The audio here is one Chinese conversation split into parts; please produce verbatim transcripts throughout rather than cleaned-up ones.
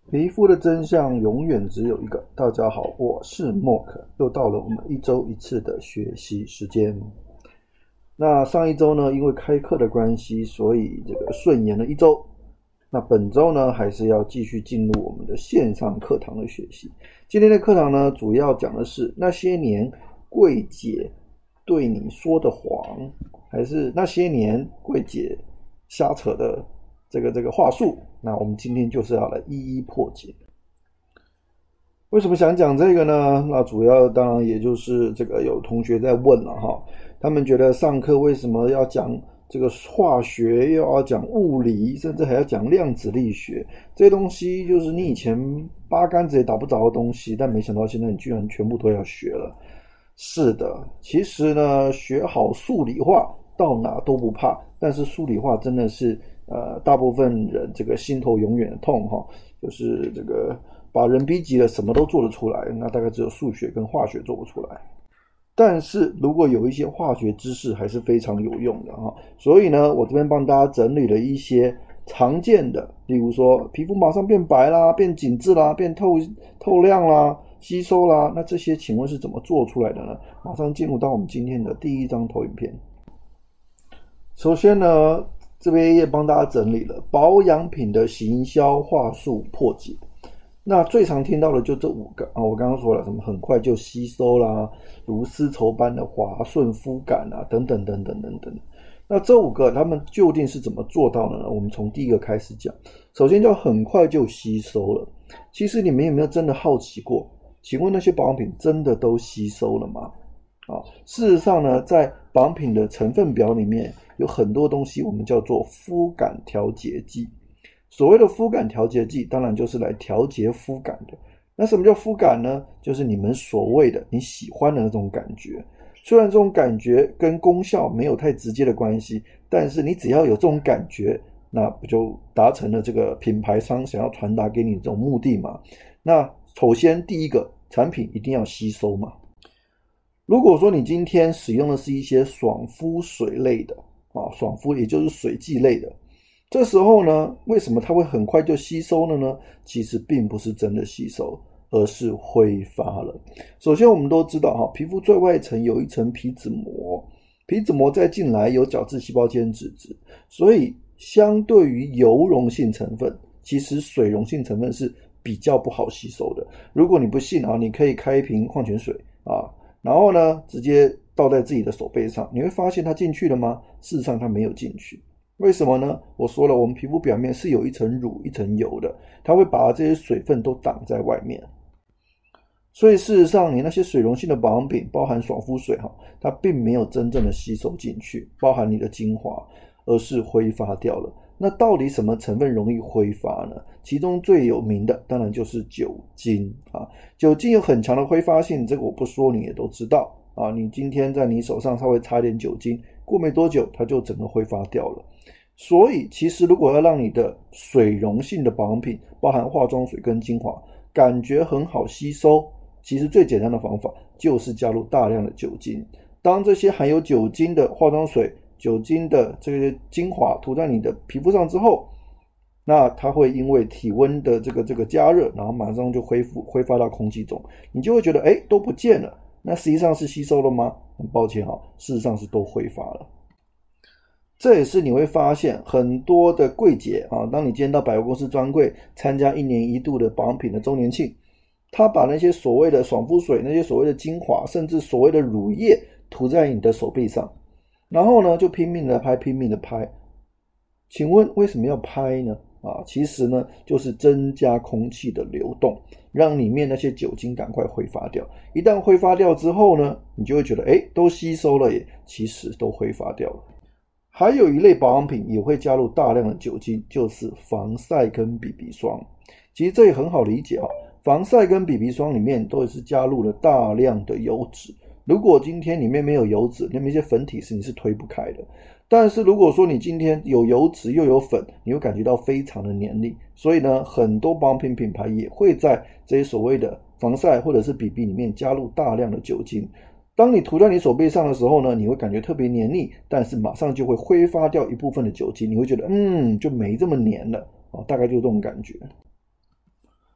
皮肤的真相永远只有一个。大家好，我是 Mark， 又到了我们一周一次的学习时间。那上一周呢，因为开课的关系，所以这个顺延了一周。那本周呢，还是要继续进入我们的线上课堂的学习。今天的课堂呢，主要讲的是那些年柜姐对你说的谎，还是那些年柜姐瞎扯的这个这个话术。那我们今天就是要来一一破解。为什么想讲这个呢？那主要当然也就是这个有同学在问了哈，他们觉得上课为什么要讲这个化学，又要讲物理，甚至还要讲量子力学，这些东西就是你以前八竿子也打不着的东西，但没想到现在你居然全部都要学了。是的，其实呢，学好数理化到哪都不怕，但是数理化真的是呃，大部分人这个心头永远的痛哈，就是这个把人逼急了，什么都做得出来，那大概只有数学跟化学做不出来。但是如果有一些化学知识还是非常有用的哈，所以呢，我这边帮大家整理了一些常见的，例如说皮肤马上变白啦、变紧致啦、变透透亮啦、吸收啦，那这些请问是怎么做出来的呢？马上进入到我们今天的第一张投影片。首先呢，这边也帮大家整理了保养品的行销话术破解。那最常听到的就这五个啊，我刚刚说了什么很快就吸收啦，如丝绸般的滑顺肤感啊，等等等等等等。那这五个他们究竟是怎么做到的呢？我们从第一个开始讲。首先叫很快就吸收了。其实你们有没有真的好奇过，请问那些保养品真的都吸收了吗？啊，事实上呢，在保养品的成分表里面有很多东西我们叫做肤感调节剂。所谓的肤感调节剂当然就是来调节肤感的。那什么叫肤感呢？就是你们所谓的你喜欢的那种感觉。虽然这种感觉跟功效没有太直接的关系，但是你只要有这种感觉，那不就达成了这个品牌商想要传达给你这种目的嘛？那首先第一个，产品一定要吸收嘛。如果说你今天使用的是一些爽肤水类的啊，爽肤也就是水剂类的，这时候呢，为什么它会很快就吸收了呢？其实并不是真的吸收，而是挥发了。首先我们都知道哈，皮肤最外层有一层皮脂膜，皮脂膜再进来有角质细胞间脂质，所以相对于油溶性成分，其实水溶性成分是比较不好吸收的。如果你不信啊，你可以开一瓶矿泉水啊，然后呢直接倒在自己的手背上，你会发现它进去了吗？事实上它没有进去。为什么呢？我说了，我们皮肤表面是有一层乳一层油的，它会把这些水分都挡在外面。所以事实上你那些水溶性的保养品，包含爽肤水它并没有真正的吸收进去，包含你的精华，而是挥发掉了。那到底什么成分容易挥发呢？其中最有名的当然就是酒精啊，酒精有很强的挥发性，这个我不说你也都知道啊。你今天在你手上稍微擦点酒精，过没多久它就整个挥发掉了。所以其实如果要让你的水溶性的保养品，包含化妆水跟精华，感觉很好吸收，其实最简单的方法就是加入大量的酒精。当这些含有酒精的化妆水、酒精的这个精华涂在你的皮肤上之后，那它会因为体温的这个这个加热，然后马上就恢复挥发到空气中，你就会觉得诶都不见了。那实际上是吸收了吗？很抱歉哈，事实上是都挥发了。这也是你会发现很多的柜姐啊，当你今天到百货公司专柜参加一年一度的保养品的周年庆，他把那些所谓的爽肤水、那些所谓的精华，甚至所谓的乳液涂在你的手背上，然后呢就拼命的拍拼命的拍。请问为什么要拍呢？啊，其实呢就是增加空气的流动，让里面那些酒精赶快挥发掉。一旦挥发掉之后呢，你就会觉得诶都吸收了耶，其实都挥发掉了。还有一类保养品也会加入大量的酒精，就是防晒跟 B B 霜。其实这也很好理解啊，防晒跟 B B 霜里面都是加入了大量的油脂。如果今天里面没有油脂，那么一些粉体是你是推不开的。但是如果说你今天有油脂又有粉，你会感觉到非常的黏腻。所以呢，很多保养品品牌也会在这些所谓的防晒或者是 B B 里面加入大量的酒精。当你涂在你手背上的时候呢，你会感觉特别黏腻，但是马上就会挥发掉一部分的酒精，你会觉得嗯就没这么黏了、哦、大概就是这种感觉。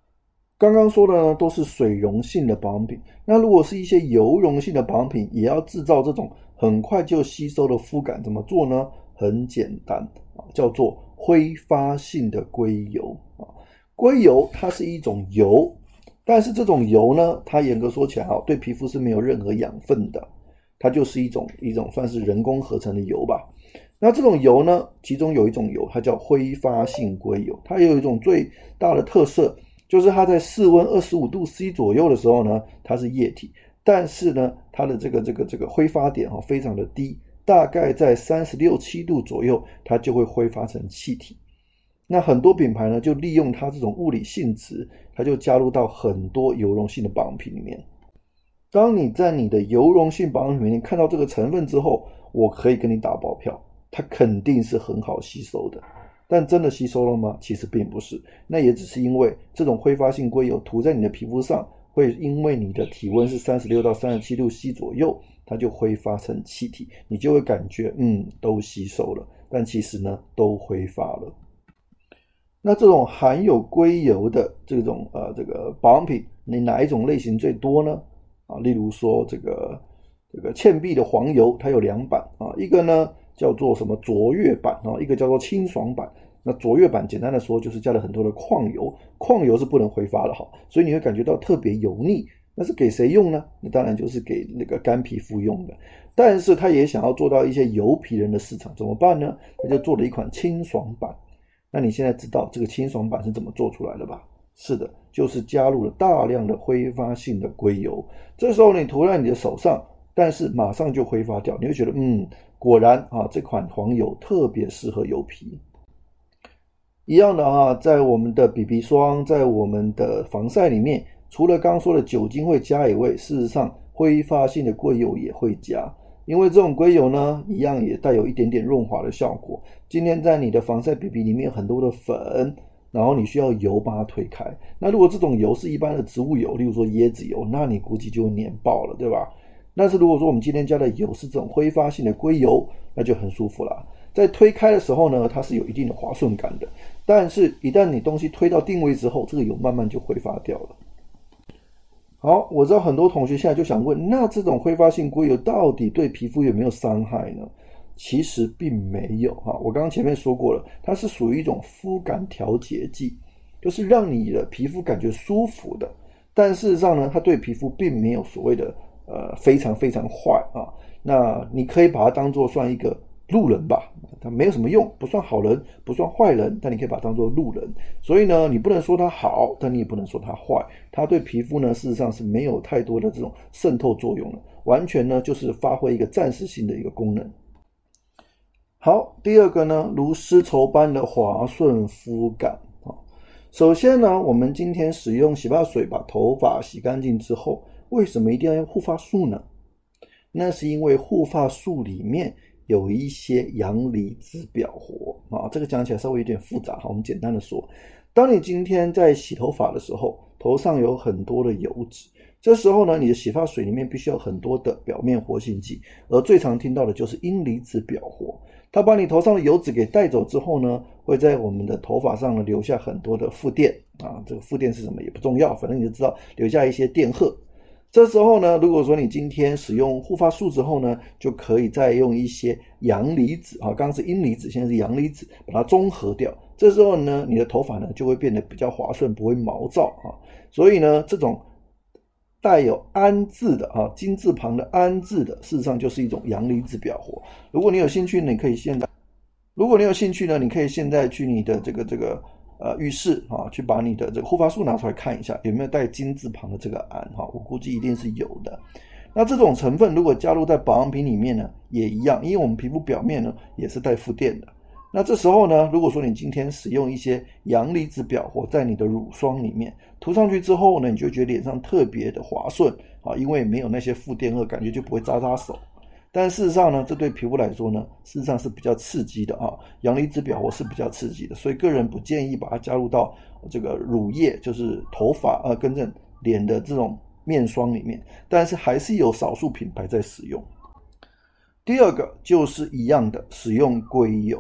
刚刚说的呢都是水溶性的保养品，那如果是一些油溶性的保养品，也要制造这种很快就吸收的肤感，怎么做呢？很简单，叫做挥发性的硅油。硅油它是一种油，但是这种油呢，它严格说起来对皮肤是没有任何养分的，它就是一种一种算是人工合成的油吧。那这种油呢，其中有一种油它叫挥发性硅油，它有一种最大的特色，就是它在室温二十五度 C 左右的时候呢，它是液体，但是呢它的这个这个这个挥发点非常的低，大概在三十六、七度左右它就会挥发成气体。那很多品牌呢就利用它这种物理性质，它就加入到很多油溶性的保养品里面。当你在你的油溶性保养品里面看到这个成分之后，我可以跟你打包票，它肯定是很好吸收的。但真的吸收了吗？其实并不是，那也只是因为这种挥发性硅油涂在你的皮肤上，会因为你的体温是三十六到三十七度 C 左右，它就挥发成气体，你就会感觉嗯都吸收了，但其实呢都挥发了。那这种含有硅油的这种呃这个保养品，你哪一种类型最多呢？啊，例如说这个这个倩碧的黄油，它有两版啊，一个呢叫做什么卓越版啊，一个叫做清爽版。那卓越版简单的说就是加了很多的矿油，矿油是不能挥发的哈，所以你会感觉到特别油腻。那是给谁用呢？那当然就是给那个干皮肤用的。但是他也想要做到一些油皮人的市场，怎么办呢？他就做了一款清爽版。那你现在知道这个清爽版是怎么做出来的吧？是的，就是加入了大量的挥发性的硅油。这时候你涂在你的手上，但是马上就挥发掉，你会觉得嗯，果然啊，这款黄油特别适合油皮。一样的啊，在我们的 B B 霜，在我们的防晒里面，除了刚刚说的酒精会加以外，事实上挥发性的硅油也会加。因为这种硅油呢，一样也带有一点点润滑的效果。今天在你的防晒 B B 里面有很多的粉，然后你需要油把它推开。那如果这种油是一般的植物油，例如说椰子油，那你估计就会粘爆了，对吧？但是如果说我们今天加的油是这种挥发性的硅油，那就很舒服了。在推开的时候呢，它是有一定的滑顺感的，但是一旦你东西推到定位之后，这个油慢慢就挥发掉了。好，我知道很多同学现在就想问，那这种挥发性硅油到底对皮肤有没有伤害呢？其实并没有哈，我刚刚前面说过了，它是属于一种肤感调节剂，就是让你的皮肤感觉舒服的。但事实上呢，它对皮肤并没有所谓的呃非常非常坏啊。那你可以把它当作算一个路人吧，它没有什么用，不算好人，不算坏人，但你可以把它当作路人。所以呢，你不能说它好，但你也不能说它坏。它对皮肤呢，事实上是没有太多的这种渗透作用的，完全呢就是发挥一个暂时性的一个功能。好，第二个呢，如丝绸般的滑顺肤感。首先呢，我们今天使用洗发水把头发洗干净之后，为什么一定要用护发素呢？那是因为护发素里面有一些阳离子表活啊，这个讲起来稍微有点复杂，我们简单的说，当你今天在洗头发的时候，头上有很多的油脂，这时候呢，你的洗发水里面必须要很多的表面活性剂，而最常听到的就是阴离子表活。它把你头上的油脂给带走之后呢，会在我们的头发上呢留下很多的负电啊，这个负电是什么也不重要，反正你就知道留下一些电荷。这时候呢，如果说你今天使用护发素之后呢，就可以再用一些阳离子啊，刚刚是阴离子，现在是阳离子，把它中和掉。这时候呢，你的头发呢就会变得比较滑顺，不会毛躁啊。所以呢，这种带有胺字的啊，金字旁的胺字的，事实上就是一种阳离子表活。如果你有兴趣呢，你可以现在，如果你有兴趣呢，你可以现在去你的这个这个呃浴室啊，去把你的这个护发素拿出来看一下，有没有带金字旁的这个胺哈，我估计一定是有的。那这种成分如果加入在保养品里面呢，也一样，因为我们皮肤表面呢也是带负电的。那这时候呢，如果说你今天使用一些阳离子表活在你的乳霜里面涂上去之后呢，你就觉得脸上特别的滑顺啊，因为没有那些负电荷，感觉就不会扎扎手。但事实上呢，这对皮肤来说呢，事实上是比较刺激的啊，阳离子表活是比较刺激的，所以个人不建议把它加入到这个乳液，就是头发呃跟着脸的这种面霜里面，但是还是有少数品牌在使用。第二个就是一样的，使用硅油。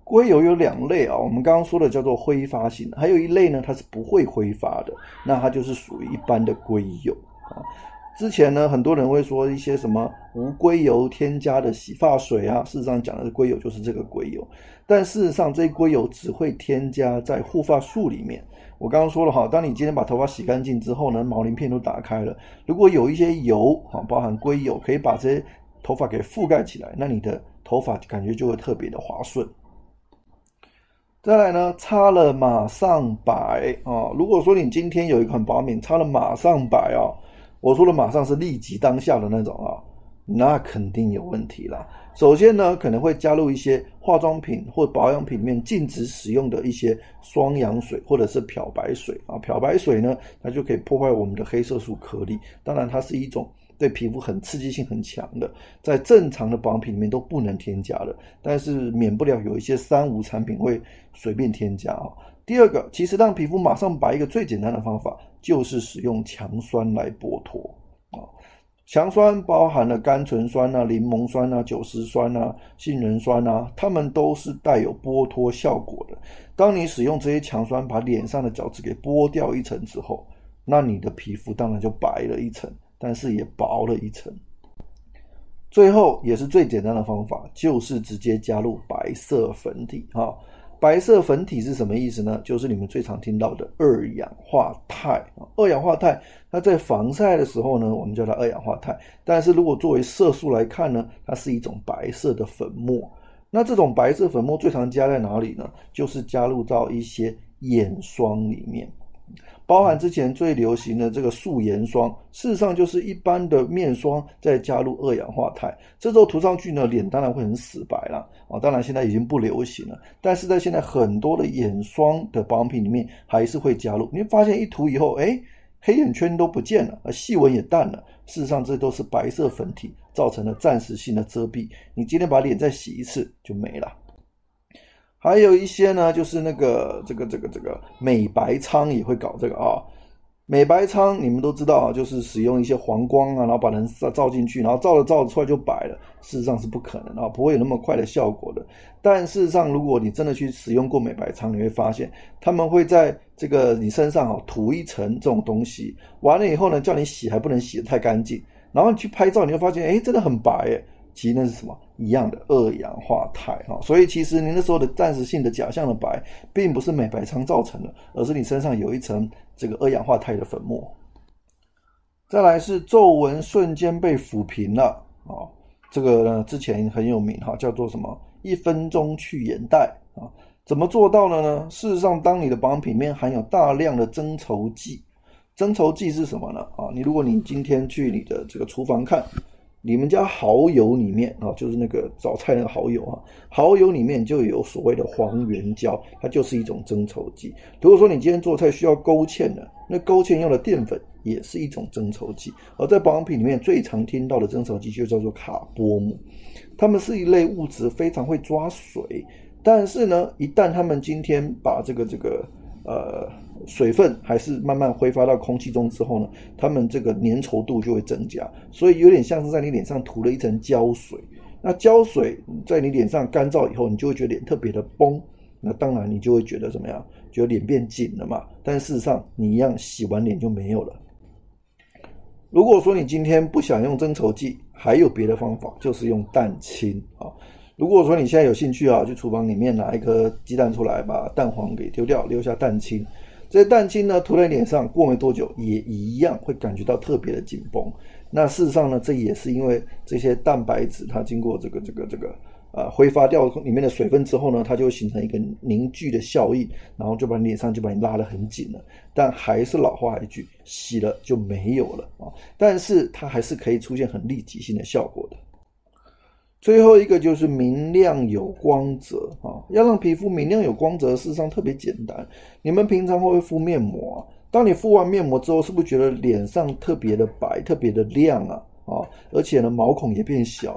硅油有两类啊，我们刚刚说的叫做挥发性，还有一类呢它是不会挥发的，那它就是属于一般的硅油啊。之前呢很多人会说一些什么无硅油添加的洗发水啊，事实上讲的硅油就是这个硅油，但事实上这硅油只会添加在护发素里面。我刚刚说了哈，当你今天把头发洗干净之后呢，毛鳞片都打开了，如果有一些油包含硅油可以把这些头发给覆盖起来，那你的头发感觉就会特别的滑顺。再来呢，擦了马上白啊！如果说你今天有一款保养品擦了马上白啊，我说的马上是立即当下的那种啊，那肯定有问题啦。首先呢，可能会加入一些化妆品或保养品里面禁止使用的一些双氧水或者是漂白水啊。漂白水呢，它就可以破坏我们的黑色素颗粒，当然它是一种对皮肤很刺激性很强的，在正常的保养品里面都不能添加的，但是免不了有一些三无产品会随便添加啊。第二个，其实让皮肤马上白一个最简单的方法就是使用强酸来剥脱啊。强酸包含了甘醇酸啊、柠檬酸啊、酒石酸啊、杏仁酸啊，它们都是带有剥脱效果的。当你使用这些强酸把脸上的角质给剥掉一层之后，那你的皮肤当然就白了一层，但是也薄了一层。最后也是最简单的方法，就是直接加入白色粉体啊。白色粉体是什么意思呢？就是你们最常听到的二氧化钛。二氧化钛它在防晒的时候呢，我们叫它二氧化钛，但是如果作为色素来看呢，它是一种白色的粉末。那这种白色粉末最常加在哪里呢？就是加入到一些眼霜里面，包含之前最流行的这个素颜霜，事实上就是一般的面霜再加入二氧化钛，这时候涂上去呢，脸当然会很死白啦、哦、当然现在已经不流行了，但是在现在很多的眼霜的保养品里面还是会加入，你会发现一涂以后，诶黑眼圈都不见了，细纹也淡了，事实上这都是白色粉体造成了暂时性的遮蔽，你今天把脸再洗一次就没了。还有一些呢，就是那个这个这个这个美白仓也会搞这个啊。美白仓你们都知道啊，就是使用一些黄光啊，然后把人照进去，然后照了照出来就白了，事实上是不可能啊，不会有那么快的效果的。但事实上，如果你真的去使用过美白仓，你会发现他们会在这个你身上啊涂一层这种东西，完了以后呢，叫你洗还不能洗得太干净，然后你去拍照，你会发现，哎，真的很白耶。其实那是什么？一样的二氧化钛，所以其实你那时候的暂时性的假象的白，并不是美白仓造成的，而是你身上有一层这个二氧化钛的粉末。再来是皱纹瞬间被抚平了，这个呢之前很有名，叫做什么一分钟去眼袋，怎么做到的呢？事实上，当你的保养品里面含有大量的增稠剂，增稠剂是什么呢？你如果你今天去你的这个厨房看，你们家蚝油里面啊，就是那个炒菜那个蚝油啊，蚝油里面就有所谓的黄原胶，它就是一种增稠剂。如果说你今天做菜需要勾芡的，那勾芡用的淀粉也是一种增稠剂。而在保养品里面最常听到的增稠剂就叫做卡波姆，它们是一类物质，非常会抓水，但是呢，一旦他们今天把这个这个呃水分还是慢慢挥发到空气中之后呢，它们这个粘稠度就会增加，所以有点像是在你脸上涂了一层胶水。那胶水在你脸上干燥以后，你就会觉得脸特别的崩，那当然你就会觉得怎么样？觉得脸变紧了嘛。但事实上你一样洗完脸就没有了。如果说你今天不想用增稠剂，还有别的方法，就是用蛋清啊。如果说你现在有兴趣啊，去厨房里面拿一颗鸡蛋出来，把蛋黄给丢掉，留下蛋清。这些蛋清呢涂在脸上，过没多久也一样会感觉到特别的紧绷。那事实上呢，这也是因为这些蛋白质它经过这个这个这个呃挥发掉里面的水分之后呢，它就会形成一个凝聚的效应，然后就把你脸上就把你拉得很紧了。但还是老话一句，洗了就没有了啊。但是它还是可以出现很立即性的效果的。最后一个就是明亮有光泽啊，要让皮肤明亮有光泽，事实上特别简单。你们平常会不会敷面膜啊？当你敷完面膜之后，是不是觉得脸上特别的白、特别的亮啊？啊，而且呢，毛孔也变小了。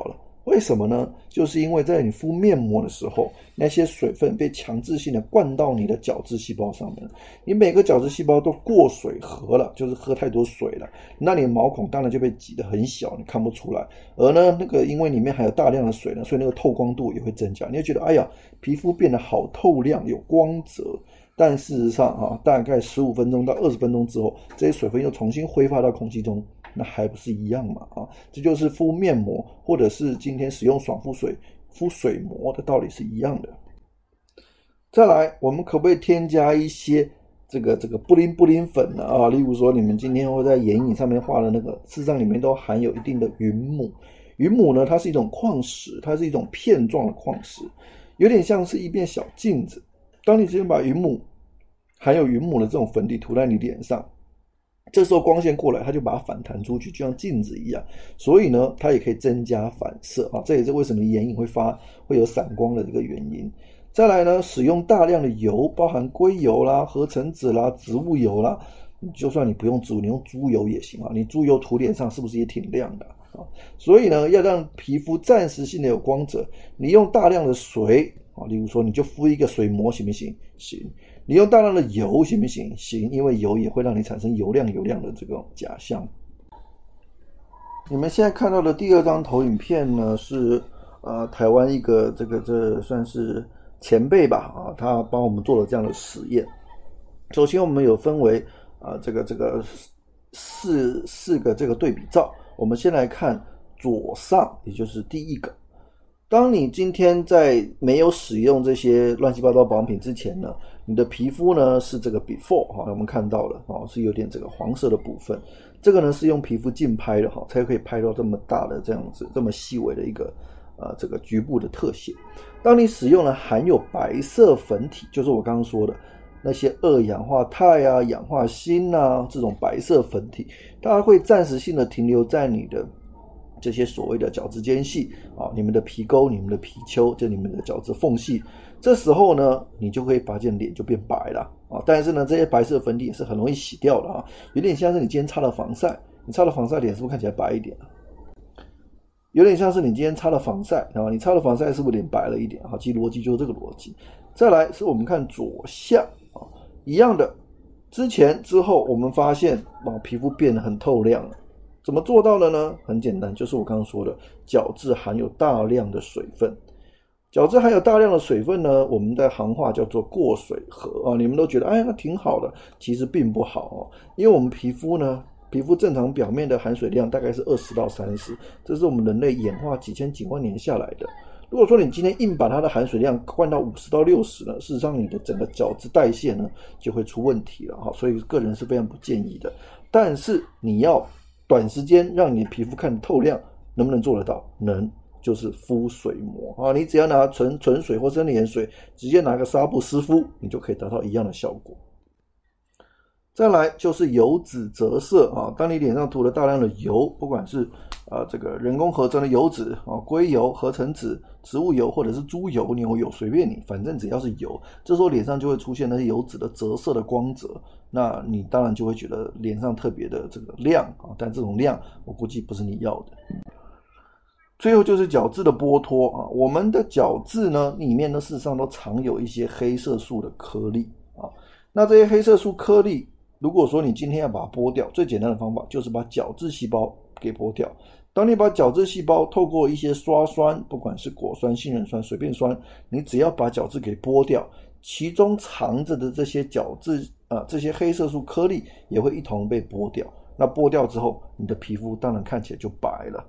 为什么呢？就是因为在你敷面膜的时候，那些水分被强制性的灌到你的角质细胞上面，你每个角质细胞都过水合了，就是喝太多水了，那你的毛孔当然就被挤得很小，你看不出来。而呢，那个因为里面还有大量的水呢，所以那个透光度也会增加，你会觉得哎呀，皮肤变得好透亮，有光泽。但事实上啊，大概十五分钟到二十分钟之后，这些水分又重新挥发到空气中，那还不是一样嘛啊？这就是敷面膜或者是今天使用爽肤水敷水膜的道理是一样的。再来，我们可不可以添加一些这个这个布灵布灵粉呢啊？例如说你们今天会在眼影上面画的那个，事实上里面都含有一定的云母。云母呢，它是一种矿石，它是一种片状的矿石，有点像是一面小镜子。当你今天把云母含有云母的这种粉底涂在你脸上，这时候光线过来，它就把它反弹出去，就像镜子一样。所以呢，它也可以增加反射啊，这也是为什么眼影会发会有闪光的这个原因。再来呢，使用大量的油，包含硅油啦、合成脂啦、植物油啦，就算你不用植物，你用猪油也行啊。你猪油涂脸上是不是也挺亮的啊？所以呢，要让皮肤暂时性的有光泽，你用大量的水啊，例如说你就敷一个水膜行不行？行。你用大量的油行不行？行，因为油也会让你产生油亮油亮的这种假象。你们现在看到的第二张投影片呢，是呃台湾一个这个这算是前辈吧啊，他帮我们做了这样的实验。首先我们有分为啊、呃、这个这个四四个这个对比照，我们先来看左上，也就是第一个。当你今天在没有使用这些乱七八糟保养品之前呢，你的皮肤呢是这个 before 哈，我们看到了哈，是有点这个黄色的部分。这个呢是用皮肤近拍的哈，才可以拍到这么大的这样子这么细微的一个呃这个局部的特写。当你使用了含有白色粉体，就是我刚刚说的那些二氧化钛啊、氧化锌啊这种白色粉体，它会暂时性的停留在你的这些所谓的角质间隙啊，你们的皮沟、你们的皮丘，就你们的角质缝隙。这时候呢，你就可以发现脸就变白了啊。但是呢，这些白色粉底也是很容易洗掉的啊，有点像是你今天擦了防晒，你擦了防晒，脸是不是看起来白一点啊？有点像是你今天擦了防晒啊，你擦了防晒是不是脸白了一点啊？其实逻辑就是这个逻辑。再来是我们看左下啊，一样的，之前之后我们发现啊，皮肤变得很透亮了。怎么做到的呢？很简单，就是我刚刚说的，角质含有大量的水分。角质含有大量的水分呢，我们在行话叫做过水合啊。你们都觉得哎，那挺好的，其实并不好哦，因为我们皮肤呢，皮肤正常表面的含水量大概是二十到三十，这是我们人类演化几千几万年下来的。如果说你今天硬把它的含水量灌到五十到六十呢，事实上你的整个角质代谢呢就会出问题了哈，所以个人是非常不建议的。但是你要短时间让你的皮肤看得透亮，能不能做得到？能，就是敷水膜啊！你只要拿纯纯水或生理盐水，直接拿个纱布湿敷，你就可以达到一样的效果。再来就是油脂折射啊，当你脸上涂了大量的油，不管是呃这个人工合成的油脂啊、硅油、合成脂、植物油或者是猪油、牛油，随便你，反正只要是油，这时候脸上就会出现那些油脂的折射的光泽。那你当然就会觉得脸上特别的这个亮啊，但这种亮我估计不是你要的。最后就是角质的剥脱啊，我们的角质呢里面呢事实上都藏有一些黑色素的颗粒啊，那这些黑色素颗粒，如果说你今天要把它剥掉，最简单的方法就是把角质细胞给剥掉。当你把角质细胞透过一些刷酸，不管是果酸、杏仁酸、水变酸，你只要把角质给剥掉，其中藏着的这些角质啊，这些黑色素颗粒也会一同被剥掉。那剥掉之后，你的皮肤当然看起来就白了。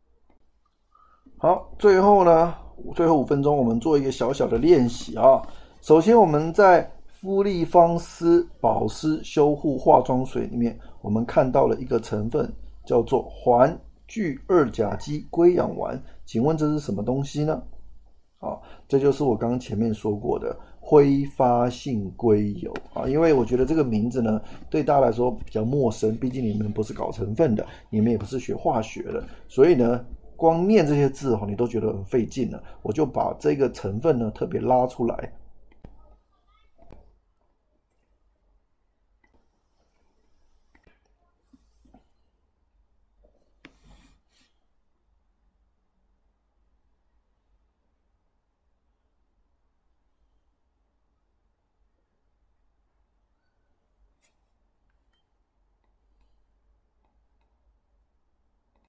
好，最后呢，最后五分钟我们做一个小小的练习啊。首先我们在肤丽芳丝保湿修护化妆水里面，我们看到了一个成分叫做环聚二甲基硅氧烷，请问这是什么东西呢？啊，这就是我刚刚前面说过的挥发性硅油啊，因为我觉得这个名字呢对大家来说比较陌生，毕竟你们不是搞成分的，你们也不是学化学的，所以呢光念这些字你都觉得很费劲了，我就把这个成分呢特别拉出来